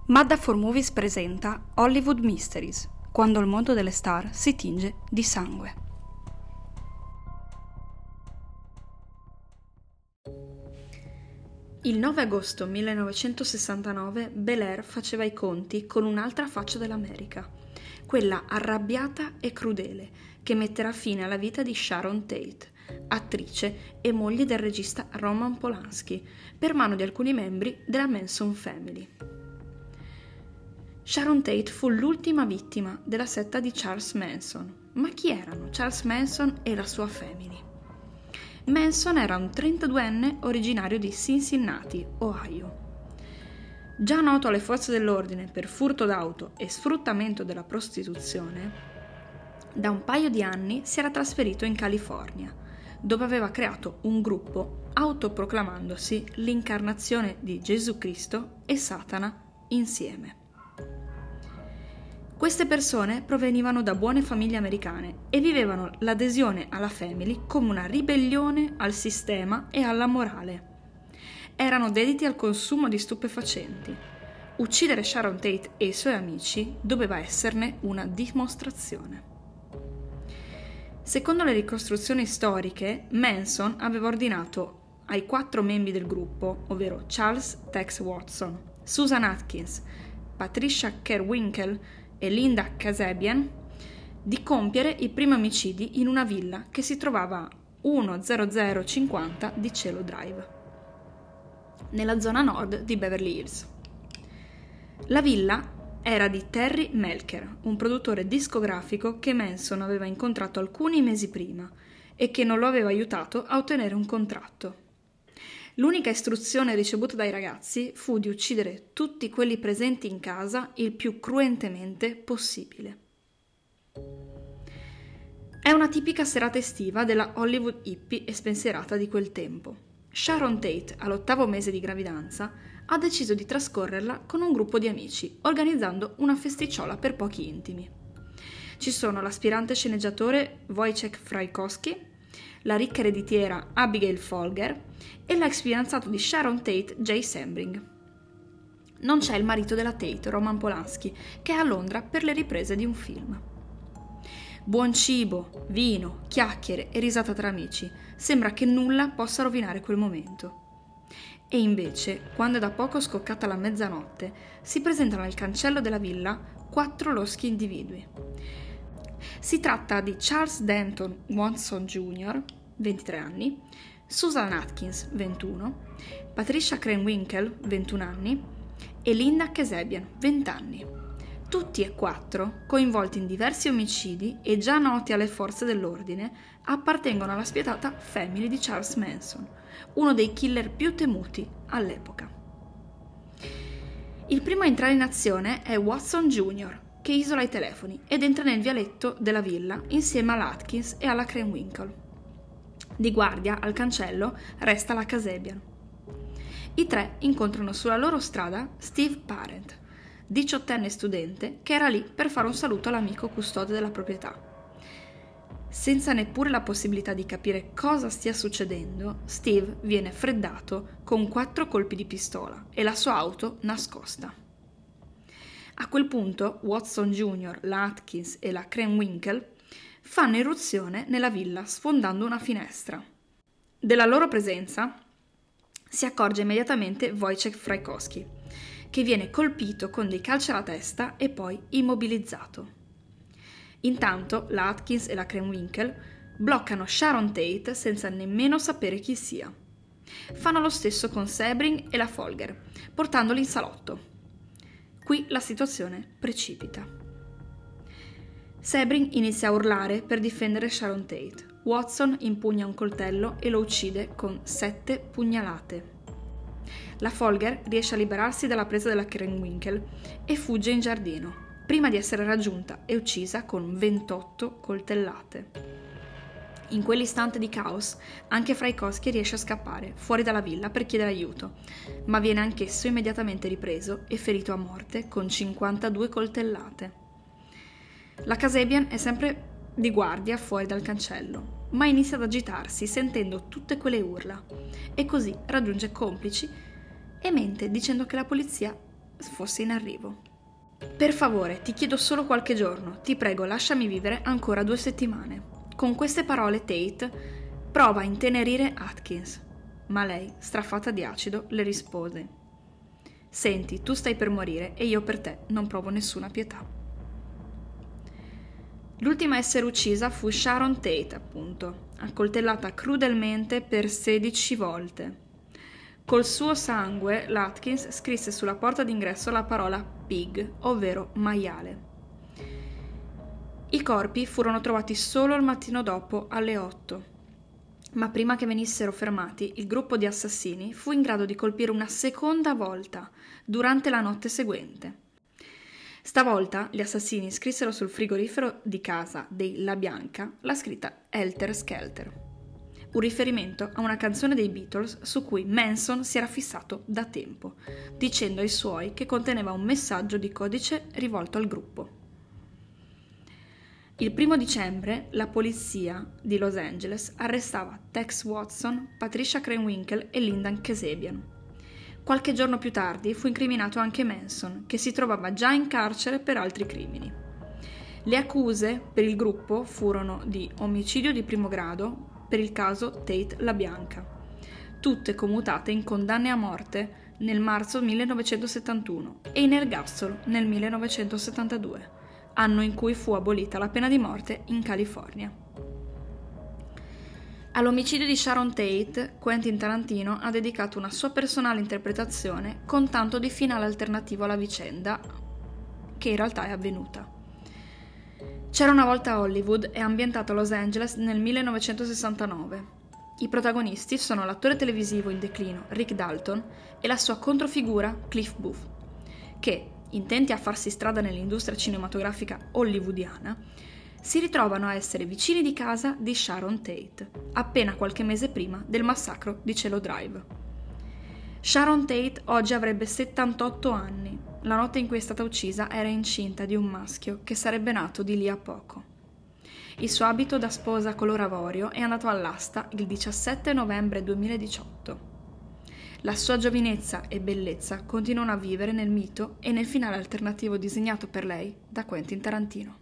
Madda for Movies presenta Hollywood Mysteries, quando il mondo delle star si tinge di sangue. Il 9 agosto 1969 Bel-Air faceva i conti con un'altra faccia dell'America, quella arrabbiata e crudele che metterà fine alla vita di Sharon Tate, attrice e moglie del regista Roman Polanski, per mano di alcuni membri della Manson Family. Sharon Tate fu l'ultima vittima della setta di Charles Manson. Ma chi erano Charles Manson e la sua family? Manson era un 32enne originario di Cincinnati, Ohio. Già noto alle forze dell'ordine per furto d'auto e sfruttamento della prostituzione, da un paio di anni si era trasferito in California, dove aveva creato un gruppo autoproclamandosi l'incarnazione di Gesù Cristo e Satana insieme. Queste persone provenivano da buone famiglie americane e vivevano l'adesione alla family come una ribellione al sistema e alla morale. Erano dediti al consumo di stupefacenti. Uccidere Sharon Tate e i suoi amici doveva esserne una dimostrazione. Secondo le ricostruzioni storiche, Manson aveva ordinato ai 4 membri del gruppo, ovvero Charles Tex Watson, Susan Atkins, Patricia Kerwinkle e Linda Kasabian, di compiere i primi omicidi in una villa che si trovava a 10050 di Cielo Drive, nella zona nord di Beverly Hills. La villa era di Terry Melker, un produttore discografico che Manson aveva incontrato alcuni mesi prima e che non lo aveva aiutato a ottenere un contratto. L'unica istruzione ricevuta dai ragazzi fu di uccidere tutti quelli presenti in casa il più cruentemente possibile. È una tipica serata estiva della Hollywood hippie e spensierata di quel tempo. Sharon Tate, all'8° mese di gravidanza, ha deciso di trascorrerla con un gruppo di amici, organizzando una festicciola per pochi intimi. Ci sono l'aspirante sceneggiatore Wojciech Frykowski, la ricca ereditiera Abigail Folger e l'ex fidanzato di Sharon Tate, Jay Sebring. Non c'è il marito della Tate, Roman Polanski, che è a Londra per le riprese di un film. Buon cibo, vino, chiacchiere e risata tra amici. Sembra che nulla possa rovinare quel momento. E invece, quando è da poco scoccata la mezzanotte, si presentano al cancello della villa 4 loschi individui. Si tratta di Charles Denton Watson Jr., 23 anni, Susan Atkins, 21, Patricia Krenwinkel, 21 anni, e Linda Kasabian, 20 anni. Tutti e 4, coinvolti in diversi omicidi e già noti alle forze dell'ordine, appartengono alla spietata family di Charles Manson, uno dei killer più temuti all'epoca. Il primo a entrare in azione è Watson Jr., che isola i telefoni ed entra nel vialetto della villa insieme all'Atkins e alla Krenwinkel. Di guardia al cancello resta la Kasabian. I 3 incontrano sulla loro strada Steve Parent, 18enne studente che era lì per fare un saluto all'amico custode della proprietà. Senza neppure la possibilità di capire cosa stia succedendo, Steve viene freddato con 4 colpi di pistola e la sua auto nascosta. A quel punto Watson Jr., la Atkins e la Krenwinkel fanno irruzione nella villa sfondando una finestra. Della loro presenza si accorge immediatamente Wojciech Frykowski, che viene colpito con dei calci alla testa e poi immobilizzato. Intanto la Atkins e la Krenwinkel bloccano Sharon Tate senza nemmeno sapere chi sia. Fanno lo stesso con Sebring e la Folger, portandoli in salotto. Qui la situazione precipita. Sebring inizia a urlare per difendere Sharon Tate. Watson impugna un coltello e lo uccide con 7 pugnalate. La Folger riesce a liberarsi dalla presa della Krenwinkel e fugge in giardino, prima di essere raggiunta e uccisa con 28 coltellate. In quell'istante di caos, anche Frykowski riesce a scappare fuori dalla villa per chiedere aiuto, ma viene anch'esso immediatamente ripreso e ferito a morte con 52 coltellate. La Kasabian è sempre di guardia fuori dal cancello, ma inizia ad agitarsi sentendo tutte quelle urla e così raggiunge complici e mente dicendo che la polizia fosse in arrivo. Per favore, ti chiedo solo qualche giorno, ti prego, lasciami vivere ancora 2 settimane. Con queste parole Tate prova a intenerire Atkins, ma lei, strafata di acido, le rispose: senti, tu stai per morire e io per te non provo nessuna pietà. L'ultima a essere uccisa fu Sharon Tate, appunto, accoltellata crudelmente per 16 volte. Col suo sangue, l'Atkins scrisse sulla porta d'ingresso la parola pig, ovvero maiale. I corpi furono trovati solo il mattino dopo alle 8, ma prima che venissero fermati, il gruppo di assassini fu in grado di colpire una seconda volta durante la notte seguente. Stavolta gli assassini scrissero sul frigorifero di casa dei La Bianca la scritta Helter Skelter, un riferimento a una canzone dei Beatles su cui Manson si era fissato da tempo, dicendo ai suoi che conteneva un messaggio di codice rivolto al gruppo. Il 1 dicembre la polizia di Los Angeles arrestava Tex Watson, Patricia Krenwinkel e Linda Kasabian. Qualche giorno più tardi fu incriminato anche Manson, che si trovava già in carcere per altri crimini. Le accuse per il gruppo furono di omicidio di primo grado per il caso Tate La Bianca, tutte commutate in condanne a morte nel marzo 1971 e in ergastolo nel 1972, anno in cui fu abolita la pena di morte in California. All'omicidio di Sharon Tate, Quentin Tarantino ha dedicato una sua personale interpretazione con tanto di finale alternativo alla vicenda, che in realtà è avvenuta. C'era una volta a Hollywood è ambientato a Los Angeles nel 1969. I protagonisti sono l'attore televisivo in declino Rick Dalton e la sua controfigura Cliff Booth, che, intenti a farsi strada nell'industria cinematografica hollywoodiana, si ritrovano a essere vicini di casa di Sharon Tate, appena qualche mese prima del massacro di Cielo Drive. Sharon Tate oggi avrebbe 78 anni. La notte in cui è stata uccisa era incinta di un maschio che sarebbe nato di lì a poco. Il suo abito da sposa color avorio è andato all'asta il 17 novembre 2018. La sua giovinezza e bellezza continuano a vivere nel mito e nel finale alternativo disegnato per lei da Quentin Tarantino.